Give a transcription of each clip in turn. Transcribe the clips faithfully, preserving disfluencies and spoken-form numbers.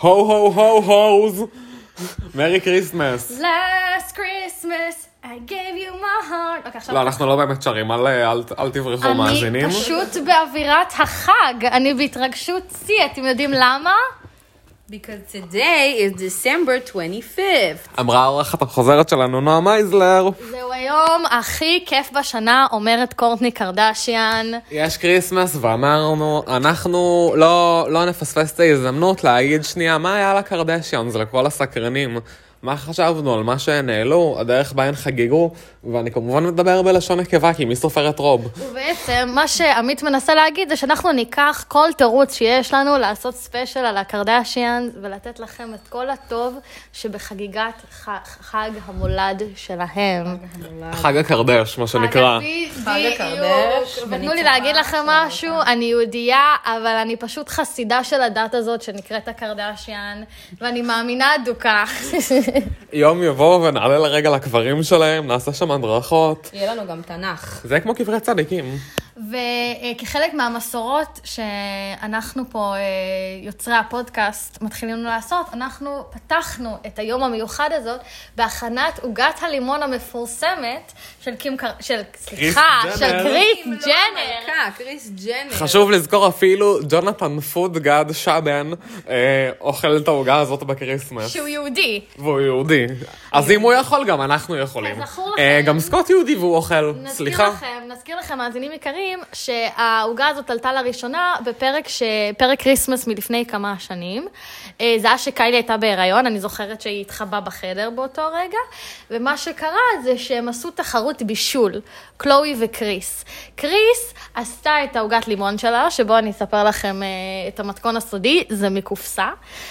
הו הו הו הוז. מרי קריסמס. Last Christmas I gave you my heart. לא, אנחנו לא באמת שרים, אל תברחו מאזינים. אני פשוט באווירת החג, אני בהתרגשות שיא, אתם יודעים למה? Because today is December twenty-fifth. אמרה האורחת החוזרת שלנו, נועה מייזלר. זהו היום הכי כיף בשנה, אומרת קורטני קרדשיאן. יש קריסמס ואמרנו, אנחנו לא, לא נפספס את ההזדמנות להגיד שנייה, מה היה לקרדשיאן? זה לכל הסקרנים. מה חשבנו על מה שהן העלו, הדרך בה הן חגיגו, ואני כמובן מדבר בלשון נקבה, כי מי סופרת רוב. ובעצם, מה שעמית מנסה להגיד, זה שאנחנו ניקח כל תירוץ שיש לנו, לעשות ספיישל על הקרדשיאן, ולתת לכם את כל הטוב שבחגיגת חג המולד שלהם. חג הקרדש, מה שנקרא. חג הקרדש. ותנו לי להגיד לכם משהו, אני יהודייה, אבל אני פשוט חסידה של הדת הזאת, שנקראת הקרדשיאן, ואני מאמינה אדוקה. יום יבוא ונעלה לרגע לקברים שלהם, נעשה שם הדרכות. יהיה לנו גם תנ"ך. זה כמו קברי צדיקים. וכחלק מהמסורות שאנחנו פה, יוצרי הפודקאסט, מתחילים לעשות, אנחנו פתחנו את היום המיוחד הזאת בהכנת עוגת הלימון המפורסמת של קים קר... של, סליחה, של קריס ג'נר. קריס ג'נר. חשוב לזכור אפילו ג'ונתן פודגד שבן אה, אוכל את העוגה הזאת בקריסמס. שהוא יהודי. והוא יהודי. אז אם הוא יכול, גם אנחנו יכולים. אה, גם סקוט יהודי והוא אוכל. סליחה. נזכיר לכם, נזכיר לכם, מאזינים יקרים, שהעוגה הזאת עלתה לראשונה בפרק ש... פרק קריסמס מלפני כמה שנים. זה היה שקיילי הייתה בהיריון, אני זוכרת שהיא התחבאה בחדר באותו רגע, ומה שקרה זה שהם עשו תחרות בישול, קלואי וקריס. קריס עשתה את העוגת לימון שלה, שבו אני אספר לכם את המתכון הסודי, זה מקופסה,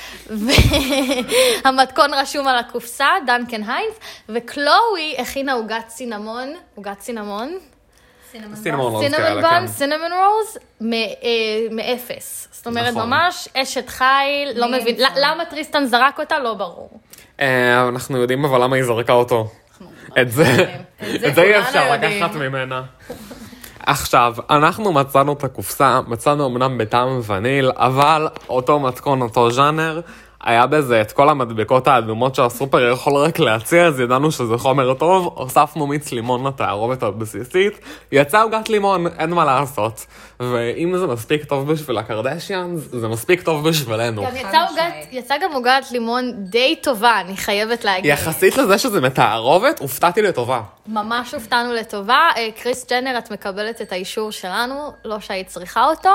והמתכון רשום על הקופסה, דנקן היינס, וקלואי הכינה עוגת סינמון, עוגת סינמון, סינמון רולס סינמון בן, סינמון רולס, מאפס. זאת אומרת, ממש אשת חיל, לא מבין. למה טריסטן זרק אותה? לא ברור. אנחנו יודעים אבל למה היא זרקה אותו. את זה, את זה אי אפשר לקחת ממנה. עכשיו, אנחנו מצאנו את הקופסה, מצאנו אמנם בטעם וניל, אבל אותו מתכון, אותו ז'אנר, היה בזה את כל המדבקות האדומות שהסופר יכול רק להציע, אז ידענו שזה חומר טוב, הוספנו מיץ לימון לתערובת הבסיסית, יצא עוגת לימון, אין מה לעשות. ואם זה מספיק טוב בשביל הקרדשיאנס, זה מספיק טוב בשבילנו. גם יצא, עוגת, יצא גם עוגת לימון די טובה, אני חייבת להגיד. יחסית לזה שזה מתערובת, הופתעתי לטובה. ממש הופתענו לטובה. קריס ג'נר, את מקבלת את האישור שלנו, לא שהיית צריכה אותו.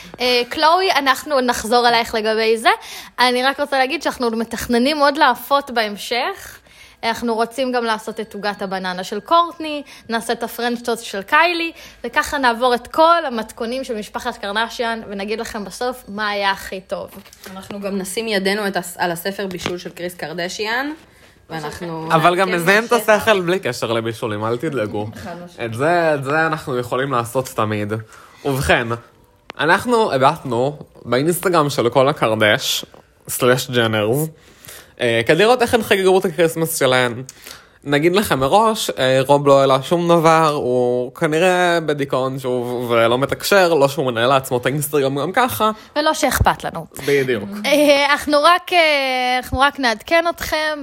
קלואי, אנחנו נחזור אלייך לגבי זה. אני רק רוצה להגיד שאנחנו מתכננים עוד להפות בהמשך. אנחנו רוצים גם לעשות את עוגת הבננה של קורטני, נעשה את הפרנץ' טוסט של קיילי, וככה נעבור את כל המתכונים של משפחת קרדשיאן, ונגיד לכם בסוף מה היה הכי טוב. אנחנו גם נשים ידינו על הספר בישול של קריס קרדשיאן, ואנחנו... אבל גם נזיין את השכל בלי קשר לבישולים, אל תדאגו. את זה, את זה אנחנו יכולים לעשות תמיד. ובכן, אנחנו הבטנו באינסטגרם של כל הקרדש, סלש ג'נרס, כדי לראות איך הן חגגו את הקריסמס שלהן. נגיד לכם מראש, רוב לא העלה שום דבר, הוא כנראה בדיכאון שוב ולא מתקשר, לא שהוא מנהל לעצמו את האינסטגרם גם ככה. ולא שאכפת לנו. בדיוק. אנחנו רק, אנחנו רק נעדכן אתכם,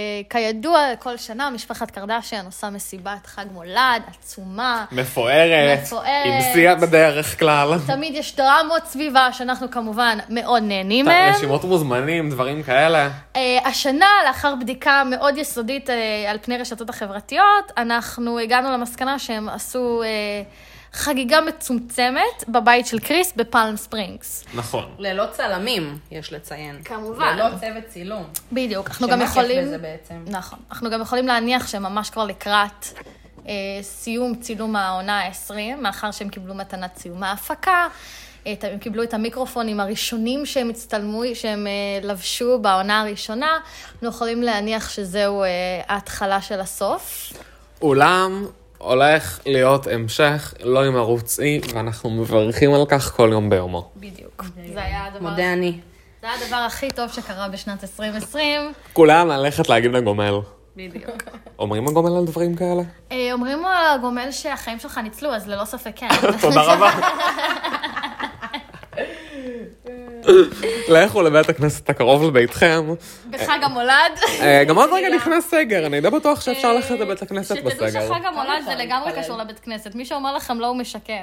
כידוע, כל שנה משפחת קרדשיאן עושה מסיבת חג מולד, עצומה. מפוארת. מפוארת. עם שיאה בדרך כלל. תמיד יש דרמות סביבה שאנחנו כמובן מאוד נהנים מהם. רשימות מוזמנים, דברים כאלה. השנה, לאחר בדיקה מאוד יסודית על פני רשתות החברתיות, אנחנו הגענו למסקנה שהם עשו אה, חגיגה מצומצמת בבית של קריס בפלם ספרינגס. נכון. ללא צלמים, יש לציין. כמובן. ללא צוות צילום. בדיוק. אנחנו גם יכולים... שמה כיף בזה בעצם. נכון. אנחנו גם יכולים להניח שהם ממש כבר לקראת אה, סיום צילום העונה ה-עשרים, מאחר שהם קיבלו מתנת סיום ההפקה, הם קיבלו את המיקרופונים הראשונים שהם הצטלמו, שהם לבשו בעונה הראשונה, אנחנו יכולים להניח שזהו ההתחלה של הסוף. אולם הולך להיות המשך, לא עם ערוצי, ואנחנו מברכים על כך כל יום ביומו. בדיוק. זה היה הדבר... מודה אני. זה היה הדבר הכי טוב שקרה בשנת עשרים עשרים. כולם ללכת להגיד לגומל. בדיוק. אומרים הגומל על דברים כאלה? אומרים על הגומל שהחיים שלך ניצלו, אז ללא ספק כן. תודה רבה. לכו לבית הכנסת הקרוב לביתכם. בחג המולד. גם עוד רגע נכנס סגר, אני די בטוח שאפשר ללכת לבית הכנסת בסגר. שתדעו שחג המולד זה לגמרי קשור לבית כנסת. מי שאומר לכם לא הוא משקר.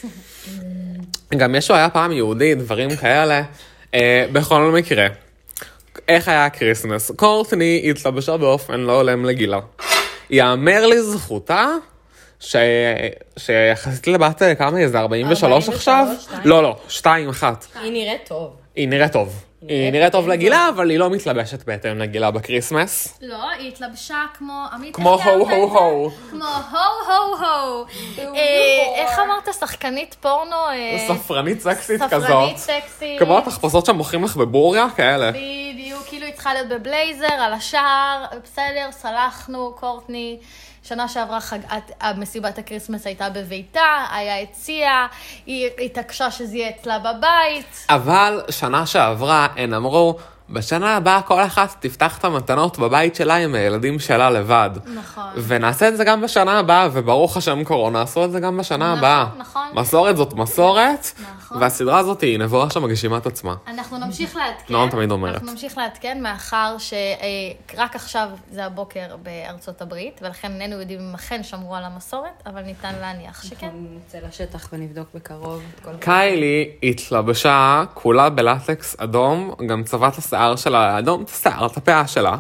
גם ישו היה פעם יהודי, דברים כאלה. בכל מקרה, איך היה הקריסמס? קורטני התלבשה באופן לא הולם לגילה. יאמר לזכותה ש... שיחסית לבת כמה איזה ארבעים ושלוש עכשיו? לא, לא, שתיים, אחת. היא נראית טוב. היא נראית טוב. היא נראית טוב לגילה, אבל היא לא מתלבשת בהתאם לגילה בקריסמס. לא, היא התלבשה כמו... כמו הו-הו-הו. כמו הו-הו-הו. איך אמרת? שחקנית פורנו? ספרנית סקסית כזאת. ספרנית סקסית. כמו התחפושות שמוכרים לך בבוריה, כאלה. בדיוק, כאילו היא צריכה להיות בבלייזר, על השער, בסדר, סלחנו, קורטני. שנה שעברה חג... המסיבת הקריסמס הייתה בביתה, היה הציע, היא התעקשה שזה יהיה אצלה בבית. אבל שנה שעברה הן אמרו, בשנה הבאה כל אחת תפתח את המתנות בבית שלה עם הילדים שלה לבד. נכון. ונעשה את זה גם בשנה הבאה, וברוך השם קורונה, עשו את זה גם בשנה נכון, הבאה. נכון. מסורת זאת מסורת, נכון. והסדרה הזאת היא נבואה שמגשימה את עצמה. אנחנו נמשיך לעדכן. נועם תמיד אומרת. אנחנו נמשיך לעדכן מאחר שרק עכשיו זה הבוקר בארצות הברית, ולכן איננו יודעים אם אכן שמרו על המסורת, אבל ניתן להניח שכן. נצא לשטח ונבדוק בקרוב. קיילי התלבשה כולה בלטקס אדום, גם צבעת השיער שלה אדום, את השיער, את הפאה שלה.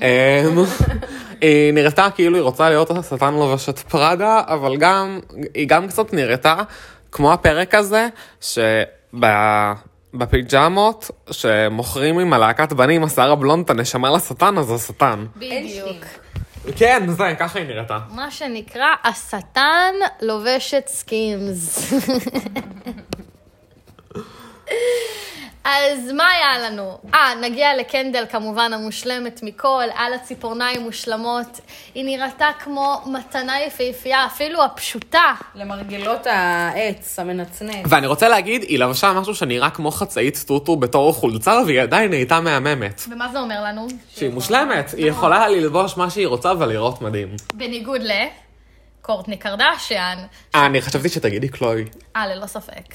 היא נראתה כאילו היא רוצה להיות השטן לובשת פרדה, אבל גם, היא גם קצת נראתה כמו הפרק הזה, שבפיג'מות שמוכרים עם הלהקת בנים, השיער הבלונד, הנשמה לשטן, אז השטן. בדיוק. כן, זה, ככה היא נראתה. מה שנקרא, השטן לובשת סקימס. אז מה היה לנו? אה, נגיע לקנדל כמובן המושלמת מכל, על הציפורניים מושלמות. היא נראתה כמו מתנה יפהפייה, אפילו הפשוטה. למרגלות העץ, המנצנץ. ואני רוצה להגיד, היא לבשה משהו שנראה כמו חצאית טוטו בתור חולצה, והיא עדיין הייתה מהממת. ומה זה אומר לנו? שהיא מושלמת. היא יכולה ללבוש מה שהיא רוצה ולראות מדהים. בניגוד ל... קורטני קרדשיאן. אה, אני חשבתי שתגידי קלוי. אה, ללא ספק.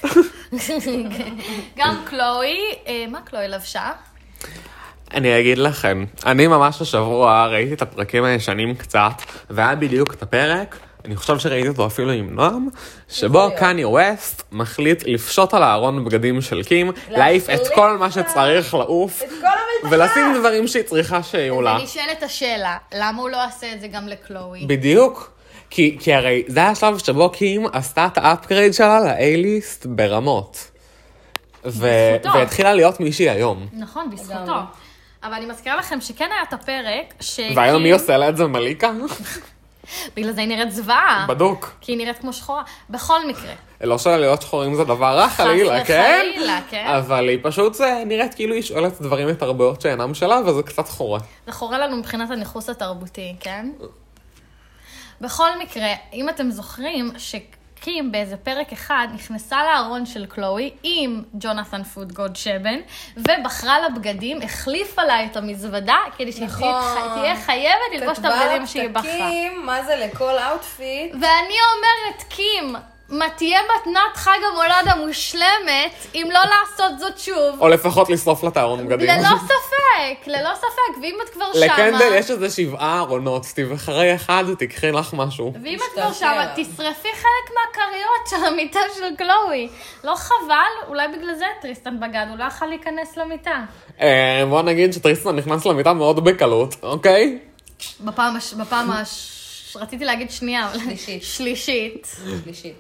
גם קלוי, מה קלוי לבשה? אני אגיד לכם, אני ממש השבוע ראיתי את הפרקים הישנים קצת, והיה בדיוק את הפרק, אני חושב שראיתי אותו אפילו עם נועם, שבו קניה ווסט מחליט לפשוט על הארון בגדים של קים, להעיף את כל מה שצריך לעוף, ולשים דברים שהיא צריכה שיהיו לה. ונשאלת השאלה, למה הוא לא עשה את זה גם לקלוי? בדיוק. כי, כי הרי זה היה השלב שבו קים עשתה את האפגרייד שלה ל-A-ליסט ברמות. ו... והתחילה להיות מישהי היום. נכון, בזכותו. אבל אני מזכירה לכם שכן היה את הפרק ש... והיום מי עושה לה את זה מליקה? בגלל זה היא נראית זוועה. בדוק. כי היא נראית כמו שחורה. בכל מקרה. לא שלה להיות שחורים זה דבר רע, חלילה, כן? חלילה, כן. אבל היא פשוט נראית כאילו היא שואלת דברים מתרבויות שאינם שלה, וזה קצת חורה. זה חורה לנו מבחינת הניחוס התרבותי, כן? בכל מקרה, אם אתם זוכרים שקים באיזה פרק אחד נכנסה לארון של קלוי עם ג'ונת'ן פודגוד שבן, ובחרה לה בגדים, החליפה לה את המזוודה, כדי שהיא תהיה חייבת ללבוש את הבגדים שהיא בחרה. כתבה פתקים, מה זה לכל אאוטפיט? ואני אומרת, קים, מה תהיה מתנת חג המולד המושלמת, אם לא לעשות זאת שוב? או לפחות לשרוף לה את הארון בגדים. ללא ספק, ללא ספק, ואם את כבר שמה... לקנדל יש איזה שבעה ארונות, תבחרי אחד, תקחי לך משהו. ואם את כבר שמה, תשרפי חלק מהקריות של המיטה של קלוי. לא חבל? אולי בגלל זה טריסטן בגד, הוא לא יכול להיכנס למיטה. בוא נגיד שטריסטן נכנס למיטה מאוד בקלות, אוקיי? בפעם הש... בפעם הש... רציתי להגיד שנייה, אבל... שלישית. שלישית. שלישית.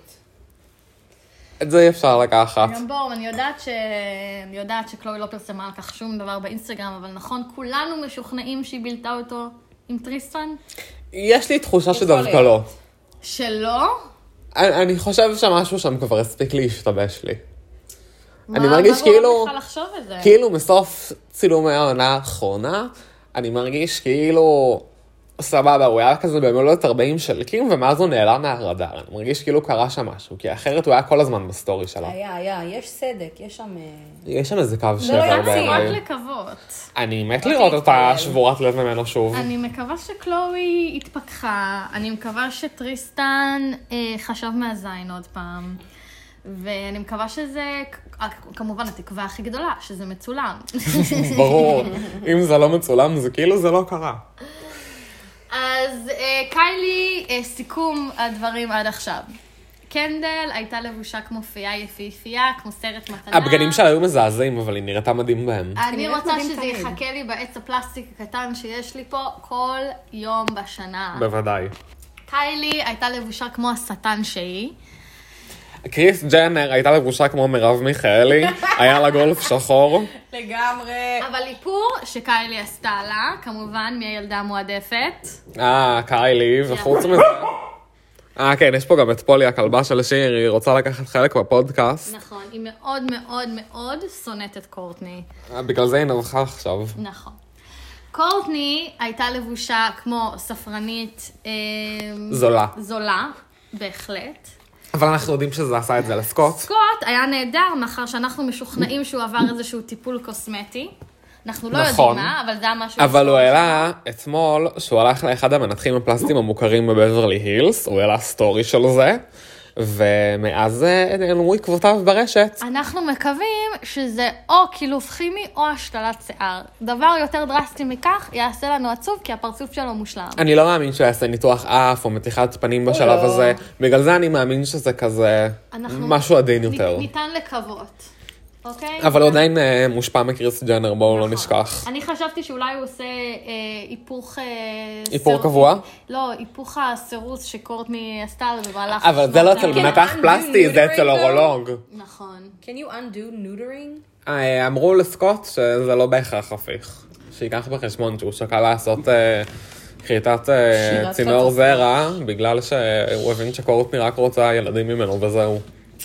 את זה אי אפשר לקחת. גם בואו, אני יודעת ש... אני יודעת שקלוי לא פרסמה על כך שום דבר באינסטגרם, אבל נכון, כולנו משוכנעים שהיא בילתה אותו עם טריסטן? יש לי תחושה שדווקא לא. שלא? אני, אני חושב שמשהו שם כבר הספיק להשתבש לי. מה, אני מרגיש מה כאילו... מה לחשוב את זה? כאילו מסוף צילומי העונה האחרונה, אני מרגיש כאילו... סבבה, הוא היה כזה במילואות ארבעים של קים, ומאז הוא נעלם מהרדאר. אני מרגיש כאילו קרה שם משהו, כי אחרת הוא היה כל הזמן בסטורי שלה. היה, היה, יש סדק, יש שם... יש שם איזה קו שבר בעיניי. רק לקוות. אני מת לראות אותה שבורת לב ממנו שוב. אני מקווה שקלוי התפכחה, אני מקווה שטריסטן אה, חשב מהזין עוד פעם, ואני מקווה שזה, כמובן התקווה הכי גדולה, שזה מצולם. ברור, אם זה לא מצולם, זה כאילו זה לא קרה. אז קיילי, סיכום הדברים עד עכשיו. קנדל הייתה לבושה כמו פייה יפיפייה, כמו סרט מתנה. הבגדים שלה היו מזעזעים, אבל היא נראתה מדהים בהם. אני רוצה שזה יחכה לי בעץ הפלסטיק הקטן שיש לי פה כל יום בשנה. בוודאי. קיילי הייתה לבושה כמו השטן שהיא. קריס ג'נר הייתה לבושה כמו מרב מיכאלי, היה לה גולף שחור. לגמרי. אבל איפור שקיילי עשתה לה, כמובן, מהילדה המועדפת. אה, קיילי, וחוץ מזה... אה, כן, יש פה גם את פולי, הכלבה של שיר, היא רוצה לקחת חלק בפודקאסט. נכון, היא מאוד מאוד מאוד שונאת את קורטני. בגלל זה היא נבחה עכשיו. נכון. קורטני הייתה לבושה כמו ספרנית... זולה. זולה, בהחלט. אבל אנחנו יודעים שזה עשה את זה לסקוט. סקוט היה נהדר, מאחר שאנחנו משוכנעים שהוא עבר איזשהו טיפול קוסמטי. אנחנו לא נכון. יודעים מה, אבל זה היה משהו... אבל הוא העלה אתמול, שהוא הלך לאחד המנתחים הפלסטיים המוכרים בבברלי הילס, הוא העלה סטורי של זה, ומאז נעלמו עקבותיו ברשת. אנחנו מקווים שזה או קילוף כימי או השתלת שיער. דבר יותר דרסטי מכך יעשה לנו עצוב, כי הפרצוף שלו מושלם. אני לא מאמין שהוא יעשה ניתוח אף או מתיחת פנים בשלב הזה, בגלל זה אני מאמין שזה כזה משהו עדין יותר. ניתן לקוות. אוקיי? אבל הוא עדיין מושפע מקריס ג'נר, בואו לא נשכח. אני חשבתי שאולי הוא עושה היפוך... היפוך קבוע? לא, היפוך הסירוס שקורטני עשתה במהלך... אבל זה לא אצל מנתח פלסטי, זה אצל אורולוג. נכון. Can you undo neutering? אמרו לסקוט שזה לא בהכרח הפיך. שיקח בחשבון שהוא שקל לעשות כריתת צינור זרע, בגלל שהוא הבין שקורטני רק רוצה ילדים ממנו וזהו.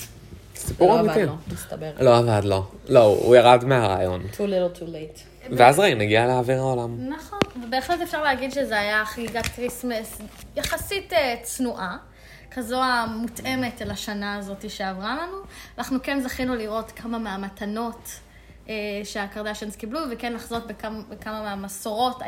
לא עבד לו, מסתבר. לא עבד לו. לא, הוא ירד מהרעיון. Too little too late. ואז ראי, נגיע לאוויר העולם. נכון, ובהחלט אפשר להגיד שזה היה חגיגת קריסמס יחסית צנועה, כזו המותאמת אל השנה הזאת שעברה לנו. אנחנו כן זכינו לראות כמה מהמתנות שהקרדשיאנס קיבלו, וכן לחזות בכמה, בכמה מהמסורות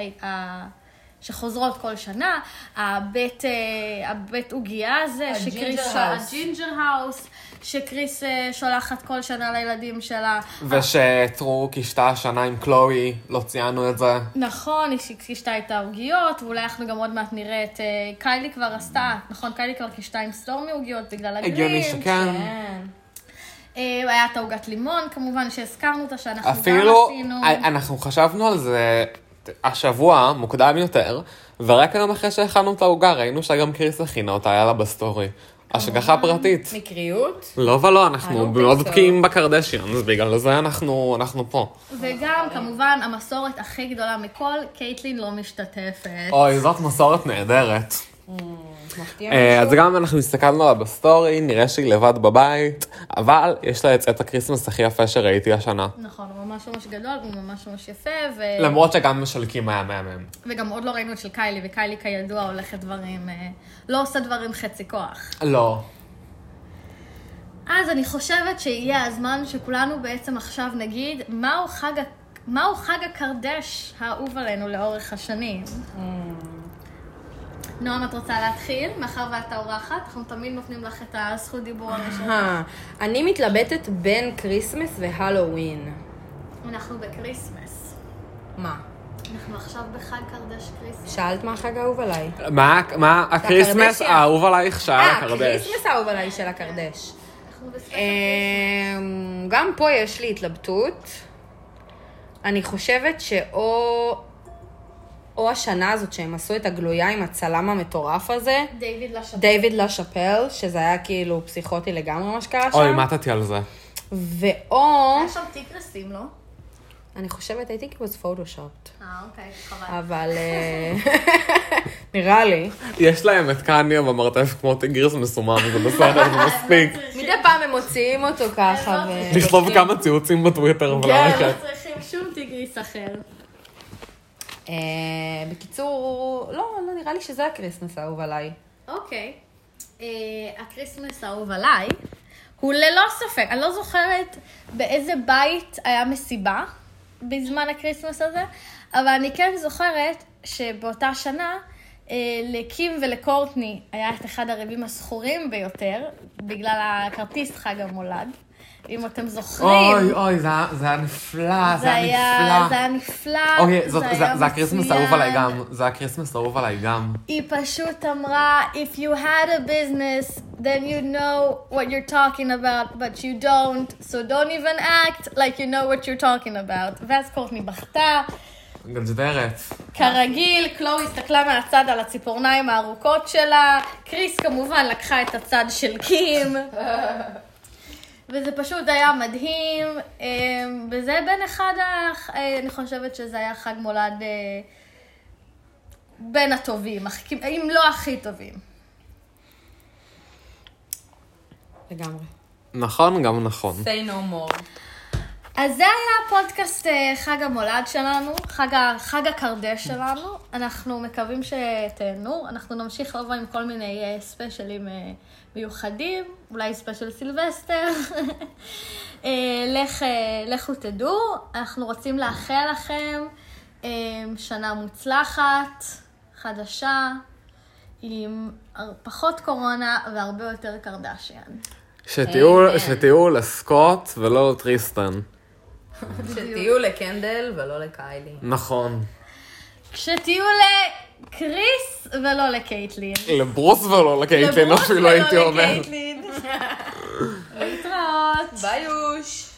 שחוזרות כל שנה. הבית, הבית עוגייה הזה, הג'ינג'ר האוס, שקריס שולחת כל שנה לילדים שלה. ושטרו קשתה השנה עם קלואי, לא ציינו את זה. נכון, היא קשתה את העוגיות, ואולי אנחנו גם עוד מעט נראה את... קיילי כבר עשתה, נכון, קיילי כבר קשתה עם סטורמי עוגיות בגלל הגרים. הגיוני שכן. היה את העוגת לימון, כמובן שהזכרנו אותה שאנחנו גם עשינו. אפילו... אנחנו חשבנו על זה השבוע, מוקדם יותר, ורק היום אחרי שהכנו את העוגה, ראינו שגם קריס הכינה אותה, היה לה בסטורי. השגחה פרטית. מקריות? לא ולא, אנחנו מאוד בקיאים בקרדשיאנס, בגלל זה אנחנו פה. וגם, כמובן, המסורת הכי גדולה מכל, קייטלין לא משתתפת. אוי, זאת מסורת נהדרת. אז גם אנחנו הסתכלנו לה בסטורי, נראה שהיא לבד בבית, אבל יש לה את הקריסמס הכי יפה שראיתי השנה. נכון, הוא ממש ממש גדול, הוא ממש ממש יפה. למרות שגם משלקים היה מהמם. וגם עוד לא ראינו את של קיילי, וקיילי כידוע הולכת דברים, לא עושה דברים חצי כוח. לא. אז אני חושבת שיהיה הזמן שכולנו בעצם עכשיו נגיד, מהו חג, מהו חג הקרדש האהוב עלינו לאורך השנים? נועם, את רוצה להתחיל? מאחר ואת האורחת, אנחנו תמיד נותנים לך את הזכות דיבור הראשונה. אני מתלבטת בין קריסמס והלואוין. אנחנו בקריסמס. מה? אנחנו עכשיו בחג קרדש קריסמס. שאלת מה החג האהוב עליי? מה הקריסמס האהוב עלייך של הקרדש? אה, הקריסמס האהוב עליי של הקרדש. גם פה יש לי התלבטות. אני חושבת שאו... או השנה הזאת שהם עשו את הגלויה עם הצלם המטורף הזה. דיוויד לשפל. דיוויד לשפל, שזה היה כאילו פסיכוטי לגמרי מה שקרה שם. אוי, מתתי על זה. ואו... היה שם תיקרסים, לא? אני חושבת, I think it was photoshopped. אה, אוקיי, חבל. אבל... נראה לי. יש להם את קניה במרתף כמו טיגריס מסומם, זה בסדר, זה מספיק. מדי פעם הם מוציאים אותו ככה ו... לכתוב כמה ציוצים בטוויטר וללכת. לא צריכים שום טיגריס אחר. בקיצור, לא, לא נראה לי שזה הקריסמס האהוב עליי. אוקיי. הקריסמס האהוב עליי הוא ללא ספק, אני לא זוכרת באיזה בית היה מסיבה בזמן הקריסמס הזה, אבל אני כן זוכרת שבאותה שנה לקים ולקורטני היה את אחד הרבים הסחורים ביותר, בגלל הכרטיס חג המולד, אם אתם זוכרים. אוי, אוי, זה היה נפלא, זה היה נפלא. זה היה נפלא, אוקיי, זה הקריסמס אהוב עליי גם, זה הקריסמס אהוב עליי גם. היא פשוט אמרה, if you had a business, then you know what you're talking about, but you don't, so don't even act like you know what you're talking about. ואז קורטני בכתה. גדרת. כרגיל, קלואי הסתכלה מהצד על הציפורניים הארוכות שלה, קריס כמובן לקחה את הצד של קים. וזה פשוט היה מדהים, וזה בין אחד, אני חושבת שזה היה חג מולד בין הטובים, אם לא הכי טובים. לגמרי. נכון, גם נכון. Say no more. אז זה היה הפודקאסט חג המולד שלנו, חג, חג הקרדש שלנו. אנחנו מקווים שתהנו, אנחנו נמשיך לבוא עם כל מיני ספיישלים מיוחדים, אולי ספיישל סילבסטר. לך, לכו תדעו, אנחנו רוצים לאחל לכם שנה מוצלחת, חדשה, עם פחות קורונה והרבה יותר קרדשיאן. שתהיו, שתהיו לסקוט ולא לטריסטן. שתהיו לקנדל ולא לקיילי. נכון. שתהיו לקריס ולא לקייטלין. לברוס ולא לקייטלין, אפילו הייתי אומר. לברוס ולא לקייטלין. להתראות. ביי יוש.